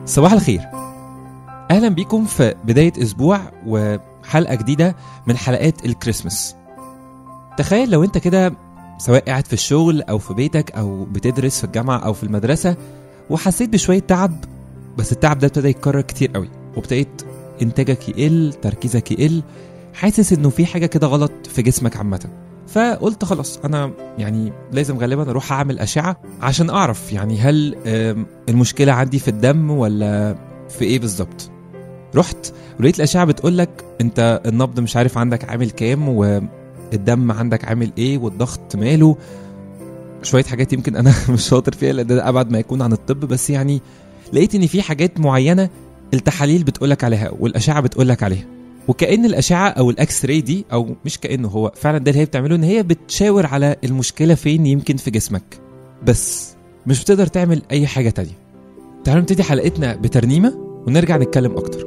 صباح الخير، أهلا بيكم في بداية أسبوع وحلقة جديدة من حلقات الكريسماس. تخيل لو أنت كده سواء قاعد في الشغل أو في بيتك أو بتدرس في الجامعة أو في المدرسة وحسيت بشوية تعب، بس التعب ده ابتدى يتكرر كتير قوي وابتديت إنتاجك يقل، تركيزك يقل، حاسس إنه في حاجة كده غلط في جسمك عامة. فقلت خلاص أنا لازم غالبا أروح أعمل أشعة عشان أعرف هل المشكلة عندي في الدم ولا في إيه بالظبط. رحت ولقيت الأشعة بتقولك أنت النبض مش عارف عندك عامل كام، والدم عندك عامل إيه، والضغط ماله، شوية حاجات يمكن أنا مش شاطر فيها لأن ده أبعد ما يكون عن الطب، بس لقيت إن في حاجات معينة التحاليل بتقولك عليها والأشعة بتقولك عليها، وكأن الأشعة أو الأكس راي دي، أو مش كأنه، هو فعلا ده اللي هي بتعمله، إن هي بتشاور على المشكلة فين يمكن في جسمك، بس مش بتقدر تعمل أي حاجة تانية. تعالوا نبتدي حلقتنا بترنيمة ونرجع نتكلم أكتر.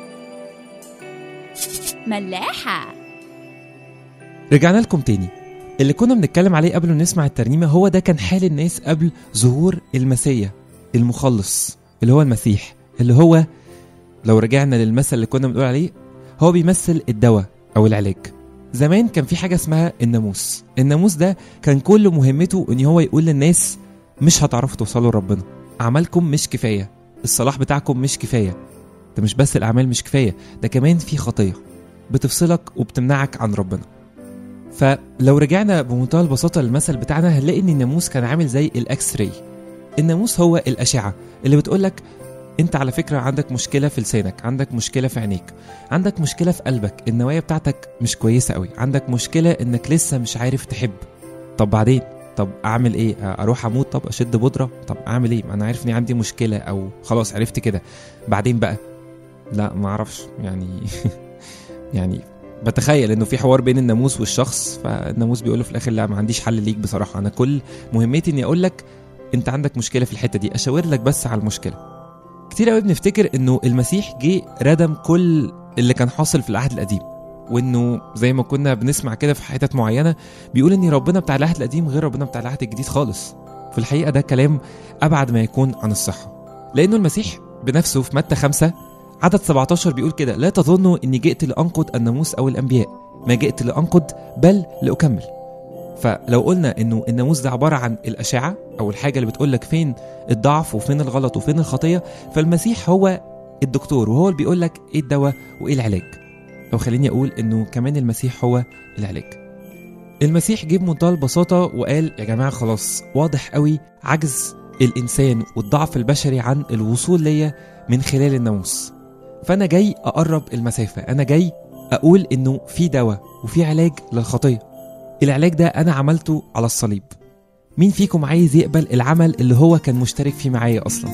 ملاحة. رجعنا لكم تاني. اللي كنا بنتكلم عليه قبل ما نسمع الترنيمة هو ده كان حال الناس قبل ظهور المسيح المخلص اللي هو المسيح، اللي هو لو رجعنا للمثل اللي كنا بنقول عليه هو بيمثل الدواء أو العلاج. زمان كان في حاجة اسمها الناموس ده كان كل مهمته ان هو يقول للناس مش هتعرفوا توصلوا لربنا، أعمالكم مش كفاية، الصلاح بتاعكم مش كفاية، ده مش بس الأعمال مش كفاية، ده كمان في خطية بتفصلك وبتمنعك عن ربنا. فلو رجعنا بمنتهى البساطة للمثل بتاعنا هنلاقي ان الناموس كان عامل زي الأكس راي. الناموس هو الأشعة اللي بتقولك انت على فكرة عندك مشكلة في لسانك، عندك مشكلة في عينيك، عندك مشكلة في قلبك، النوايا بتاعتك مش كويسة قوي، عندك مشكلة انك لسه مش عارف تحب. طب بعدين، طب اعمل ايه؟ اروح اموت؟ طب اشد بودرة؟ طب اعمل ايه؟ انا عارف اني عندي مشكلة او خلاص عرفت كده، بعدين بقى لا ما اعرفش يعني يعني بتخيل انه في حوار بين الناموس والشخص، فالناموس بيقوله في الاخر لا ما عنديش حل ليك بصراحة، انا كل مهمتي اني اقول لك انت عندك مشكلة في الحتة دي، اشاور لك بس على المشكلة. كتير قوي بنفتكر انه المسيح جه ردم كل اللي كان حاصل في العهد القديم، وانه زي ما كنا بنسمع كده في حتت معينة بيقول ان ربنا بتاع العهد القديم غير ربنا بتاع العهد الجديد خالص. في الحقيقة ده كلام ابعد ما يكون عن الصحة، لانه المسيح بنفسه في متى 5 عدد 17 بيقول كده: لا تظنوا اني جئت لانقض الناموس او الانبياء، ما جئت لانقض بل لاكمل. فلو قلنا انه الناموس ده عبارة عن الأشعة او الحاجة اللي بتقولك فين الضعف وفين الغلط وفين الخطية، فالمسيح هو الدكتور وهو اللي بيقولك ايه الدواء وايه العلاج. او خليني اقول انه كمان المسيح هو العلاج. المسيح جه بمنتهى البساطة وقال يا جماعة خلاص واضح قوي عجز الانسان والضعف البشري عن الوصول ليا من خلال الناموس، فانا جاي اقرب المسافة، انا جاي اقول انه في دواء وفي علاج للخطية. العلاج ده أنا عملته على الصليب. مين فيكم عايز يقبل العمل اللي هو كان مشترك فيه معايا أصلا؟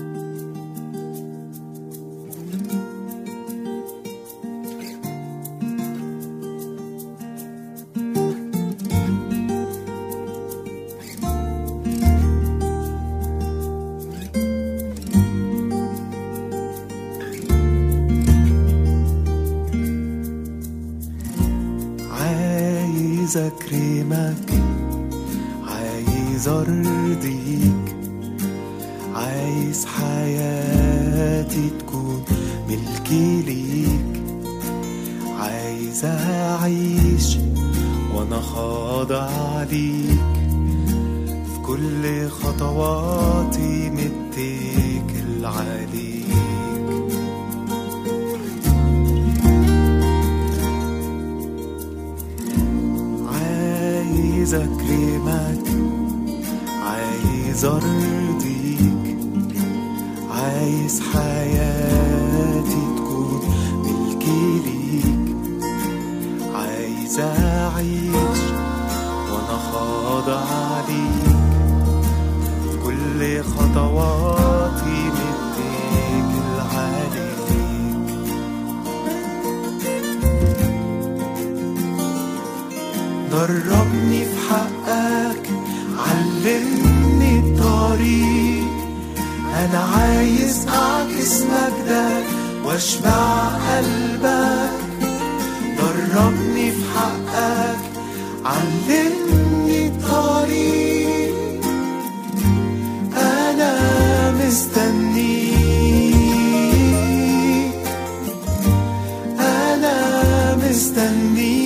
عايز أكرمك، عايز أرضيك، عايز حياتي تكون ملكي ليك، عايز أعيش وأنا خاضع ليك، في كل خطواتي متكل عليك. عايز أكرمك، عايز أرضيك، عايز حياتي تكون ملكي ليك، عايز أعيش وأنا خاضع ليك، كل خطواتي متكل عليك. دربني في حقك، علمني الطريق، أنا عايز أعكس مجدك وأشبع قلبك. دربني في حقك، علمني الطريق، أنا مستنيك، أنا مستنيك.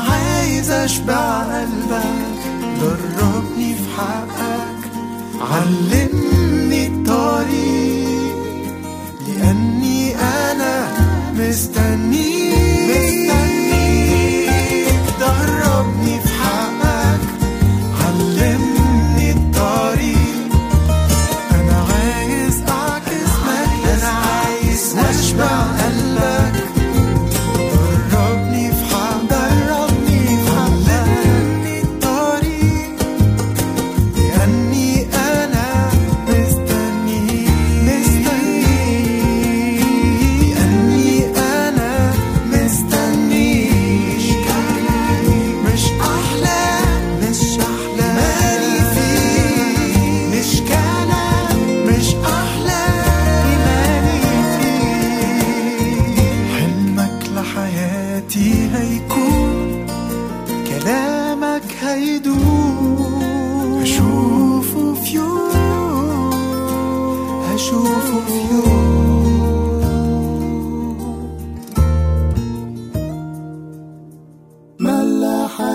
عايز أشبع قلبك، دربني في حقك، علمني الطريق، لأني أنا مستنيك. دربني في حقك، علمني الطريق، أنا عايز أعكس مجدك، أنا عايز أشبع قلبك، دربني في حقك، علمني الطريق، لأني أنا مستنيك. لأني أنا مستنيك. مش أحلام مالي فيه، مش كلام، مش أحلام مالي فيه. حلمك لحياتي هيكون، كلامك هيدوم، هشوفه في يوم، هشوفه في يوم. ملاحة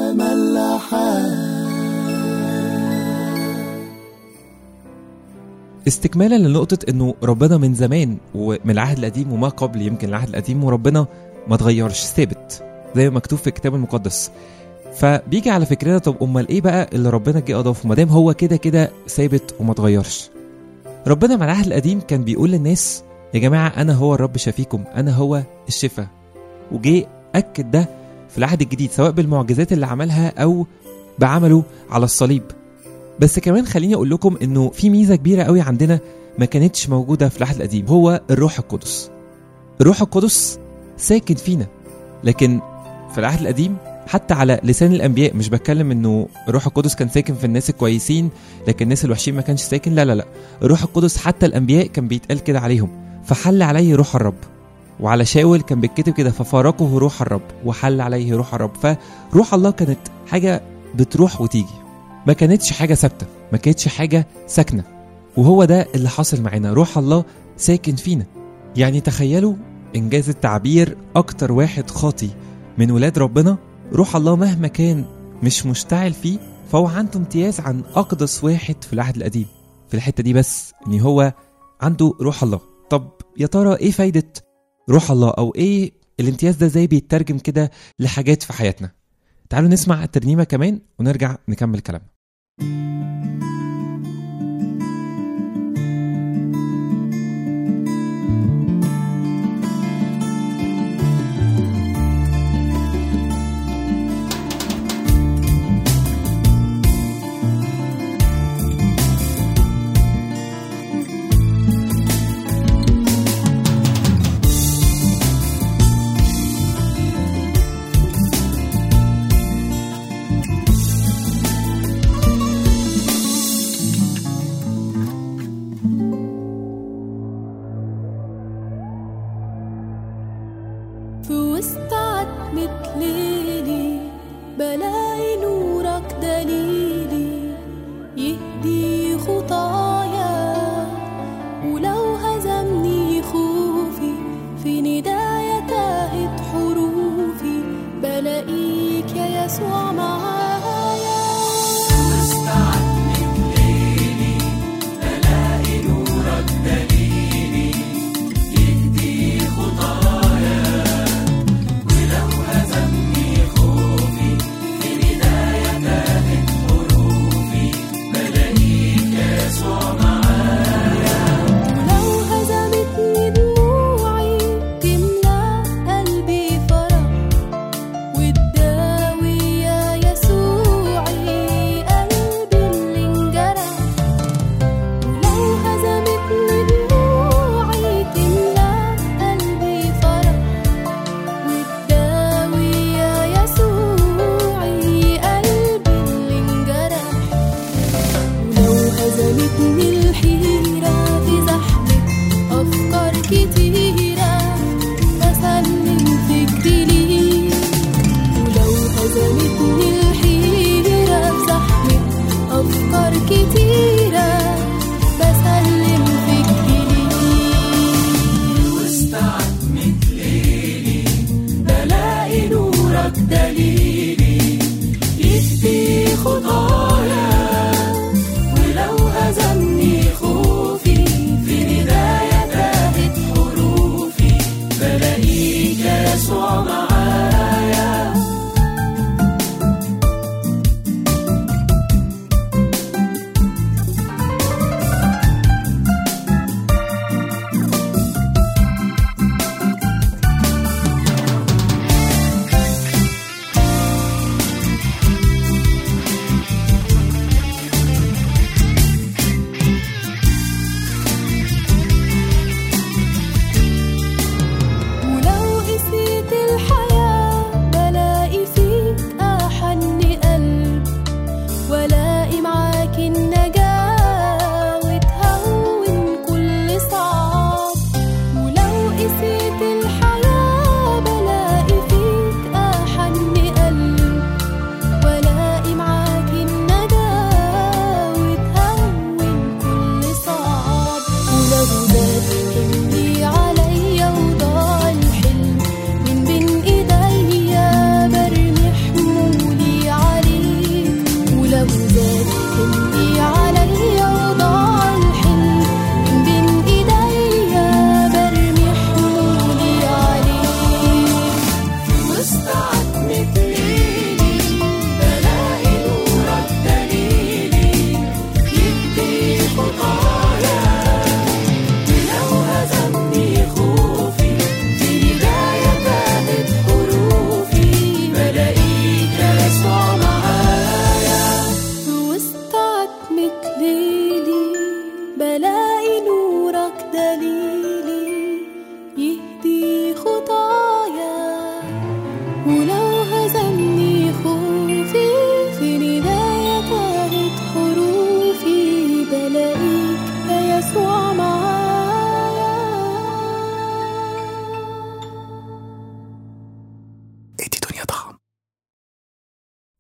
استكمالا لنقطة انه ربنا من زمان ومن العهد القديم وما قبل يمكن العهد القديم، وربنا ما تغيرش، ثابت زي ما مكتوب في الكتاب المقدس. فبيجي على فكرنا طب امال ايه بقى اللي ربنا جه اضافه ما دام هو كده كده ثابت وما تغيرش؟ ربنا مع العهد القديم كان بيقول للناس يا جماعة انا هو الرب شفيكم، انا هو الشفاء، وجي اكد ده في العهد الجديد سواء بالمعجزات اللي عملها او بعمله على الصليب. بس كمان خليني اقول لكم انه في ميزة كبيرة قوي عندنا ما كانتش موجودة في العهد القديم، هو الروح القدس. الروح القدس ساكن فينا، لكن في العهد القديم حتى على لسان الانبياء، مش بتكلم انه الروح القدس كان ساكن في الناس الكويسين لكن الناس الوحشين ما كانش ساكن، لا لا لا، الروح القدس حتى الانبياء كان بيتقال كده عليهم، فحل عليه روح الرب. وعلى شاول كان بيتكتب كده ففارقه روح الرب وحل عليه روح الرب. فروح الله كانت حاجة بتروح وتيجي، ما كانتش حاجة ثابتة، ما كانتش حاجة ساكنة. وهو ده اللي حاصل معنا، روح الله ساكن فينا. يعني تخيلوا إنجاز التعبير، أكتر واحد خاطي من ولاد ربنا روح الله مهما كان مش مشتعل فيه فهو عنده امتياز عن أقدس واحد في العهد القديم في الحتة دي، بس إن هو عنده روح الله. طب يا ترى إيه فايدة روح الله، أو إيه الامتياز ده زي بيترجم كده لحاجات في حياتنا؟ تعالوا نسمع الترنيمة كمان ونرجع نكمل كلامنا.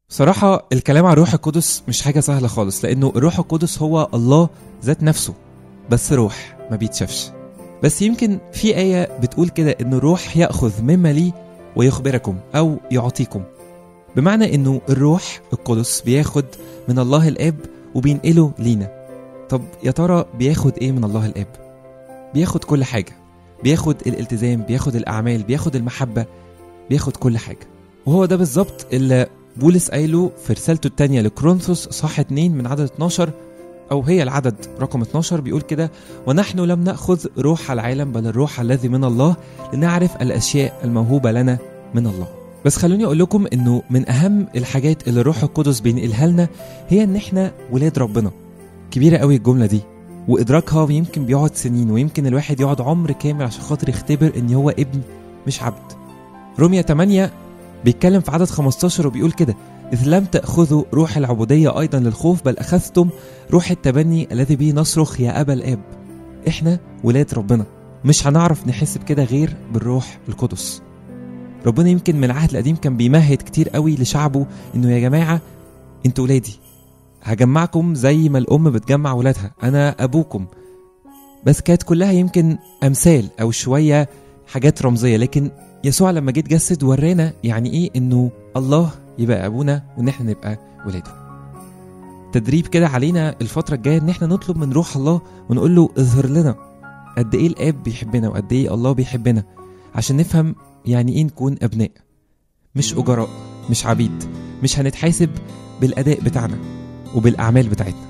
صراحة الكلام عن الروح القدس مش حاجة سهلة خالص، لأنه الروح القدس هو الله ذات نفسه، بس روح ما بيتشافش. بس يمكن في آية بتقول كده إن الروح يأخذ مما لي ويخبركم أو يعطيكم، بمعنى إنه الروح القدس بياخد من الله الآب وبينقله لينا. طب يا ترى بياخد إيه من الله الآب؟ بياخد كل حاجة، بياخد الالتزام، بياخد الأعمال، بياخد المحبة، بياخد كل حاجة. وهو ده بالظبط اللي بولس قايله في رسالته الثانية لكورنثوس صح 2 من عدد 12، أو هي العدد رقم 12، بيقول كده: ونحن لم نأخذ روح العالم بل الروح الذي من الله لنعرف الأشياء الموهوبة لنا من الله. بس خلوني أقول لكم إنه من أهم الحاجات اللي الروح القدس بينقلها لنا هي إن إحنا ولاد ربنا. كبيرة قوي الجملة دي، وإدراكها يمكن بيقعد سنين، ويمكن الواحد يقعد عمر كامل عشان خاطر يختبر إن هو ابن مش عبد. رومية 8 بيتكلم في عدد 15 وبيقول كده: إذ لم تأخذوا روح العبودية أيضا للخوف بل أخذتم روح التبني الذي به نصرخ يا أبا الآب. إحنا ولاد ربنا، مش هنعرف نحس بكده غير بالروح القدس. ربنا يمكن من العهد القديم كان بيمهد كتير قوي لشعبه إنه يا جماعة انتوا ولادي، هجمعكم زي ما الأم بتجمع ولادها، أنا أبوكم. بس كانت كلها يمكن أمثال أو شوية حاجات رمزية، لكن يسوع لما جيت جسد ورانا يعني إيه إنه الله يبقى أبونا وإن إحنا نبقى ولاده. تدريب كده علينا الفترة الجاية إن إحنا نطلب من روح الله ونقول له اظهر لنا قد إيه الآب بيحبنا وقد إيه الله بيحبنا، عشان نفهم يعني إيه نكون أبناء، مش أجراء، مش عبيد، مش هنتحاسب بالأداء بتاعنا وبالأعمال بتاعتنا.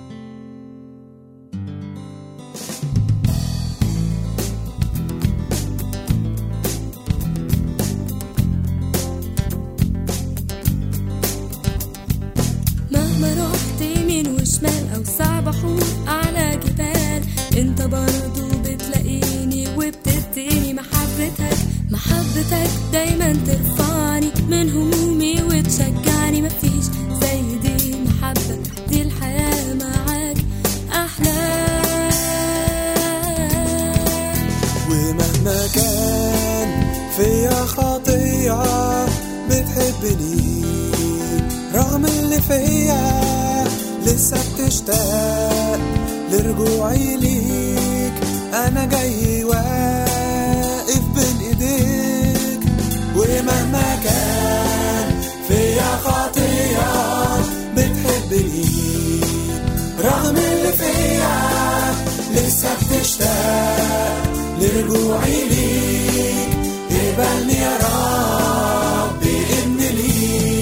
مهما رحت يمين وشمال أو صعب أحور على جبال، انت برضو بتلاقيني وبتديني محبتك دايما ترفعني من همومي وتشجعني. مفيش زي دي محبة، دي الحياة معاك أحلى. ومهما كان فيا خطيئة بتحبني رغم اللي فيا، لسه بتشتاق لرجوعي ليك. أنا جاي واقف بين إيديك. ومهما كان فيا خطيئة بتحبني رغم اللي فيا، لسه بتشتاق لرجوعي ليك. قبلني يا ربي ابن ليك.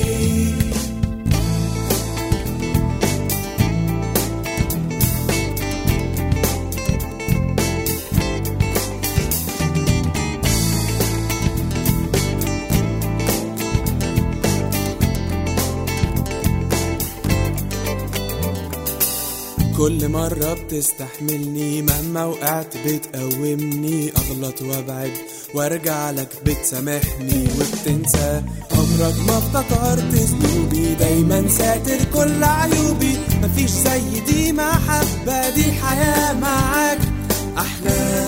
كل مرة بتستحملني، مهما وقعت بتقومني. أغلط وابعد وارجع لك بتسامحني وبتنسى. عمرك ما افتكرت ذنوبي، دايما ساتر كل عيوبي. مفيش زي دي محبة، دي الحياة معاك أحلى.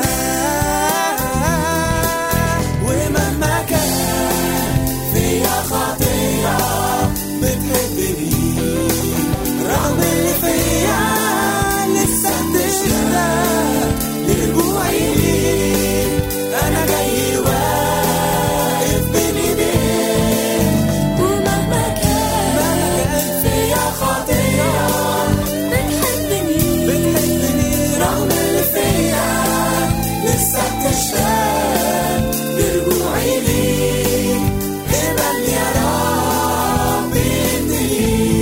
ومهما كان فيا خطيئة بتحبني رغم اللي فيا، لسه بتشتاق لرجوعي ليك. أنا جاي واقف بين إيديك. ومهما كان فيا خطيئة بتحبني رغم اللي فيا، لسه بتشتاق لرجوعي ليك. قبلني يا ربي ابن ليك.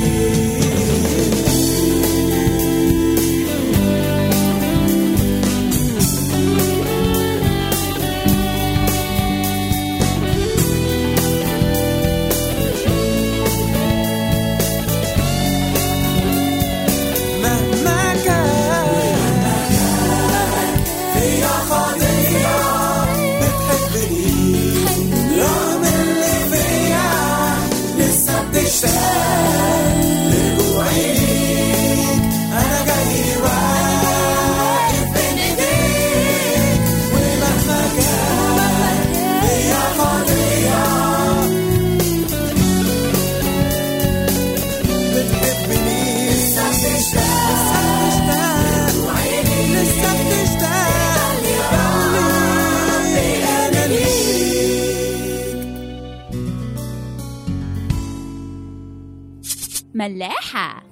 مهما كان فيا خطيئة بتحبني رغم اللي فيا، لسه بتشتاق لرجوعي ليك. أنا جاي واقف بين إيديك. ومهما كان فيا خطيئة ملاحة.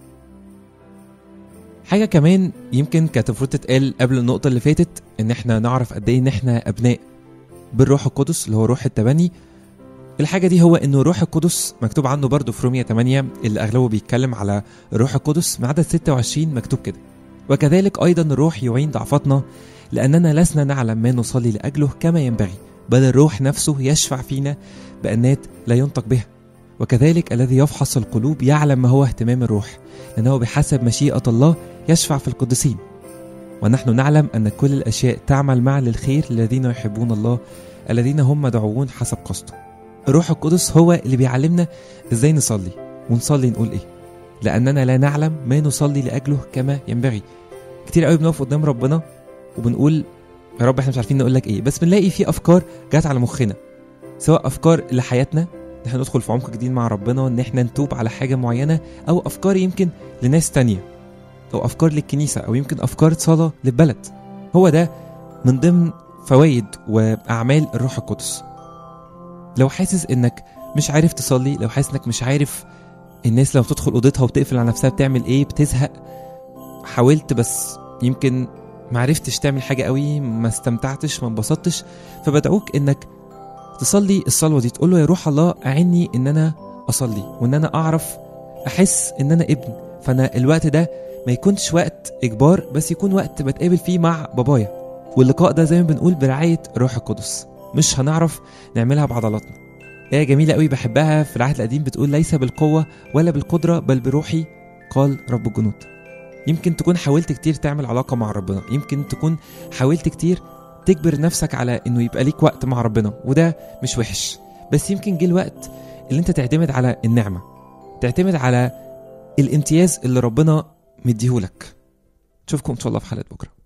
حاجة كمان يمكن كانت المفروض تتقال قبل النقطة اللي فاتت، ان احنا نعرف قد ايه ان احنا ابناء بالروح القدس اللي هو روح التبني. الحاجة دي هو انه الروح القدس مكتوب عنه برضو في رومية 8 اللي اغلبه بيتكلم على الروح القدس، من عدد 26 مكتوب كده: وكذلك ايضا الروح يعين ضعفتنا لاننا لسنا نعلم ما نصلي لاجله كما ينبغي، بل الروح نفسه يشفع فينا بأنات لا ينطق بها. وكذلك الذي يفحص القلوب يعلم ما هو اهتمام الروح، لأنه بحسب مشيئة الله يشفع في القدسين. ونحن نعلم أن كل الأشياء تعمل معا للخير للذين يحبون الله الذين هم مدعوون حسب قصده. الروح القدس هو اللي بيعلمنا ازاي نصلي، ونصلي نقول ايه، لأننا لا نعلم ما نصلي لأجله كما ينبغي. كتير قوي بنقف قدام ربنا وبنقول يا رب احنا مش عارفين نقول لك ايه، بس بنلاقي في افكار جات على مخنا، سواء افكار لحياتنا ان احنا ندخل في عمق جديد مع ربنا، ان احنا نتوب على حاجه معينه، او افكار يمكن لناس تانية، او افكار للكنيسه، او يمكن افكار صلاه للبلد. هو ده من ضمن فوائد واعمال الروح القدس. لو حاسس انك مش عارف تصلي، لو حاسس انك مش عارف الناس لو تدخل اوضتها وتقفل على نفسها بتعمل ايه، بتزهق، حاولت بس يمكن معرفتش تعمل حاجة قوي، ما استمتعتش، ما انبسطتش، فبدعوك انك تصلي الصلوة دي، تقول له يا روح الله اعني ان انا اصلي، وان انا اعرف احس ان انا ابن. فانا الوقت ده ما يكونش وقت اجبار، بس يكون وقت بتقابل فيه مع بابايا. واللقاء ده زي ما بنقول برعاية الروح القدس، مش هنعرف نعملها بعضلاتنا. آية جميلة قوي بحبها في العهد القديم بتقول: ليس بالقوة ولا بالقدرة بل بروحي قال رب الجنود. يمكن تكون حاولت كتير تعمل علاقة مع ربنا، يمكن تكون حاولت كتير تجبر نفسك على انه يبقى ليك وقت مع ربنا، وده مش وحش، بس يمكن جه الوقت اللي انت تعتمد على النعمة، تعتمد على الامتياز اللي ربنا مديهولك. نشوفكم ان شاء الله في حلقة بكرة.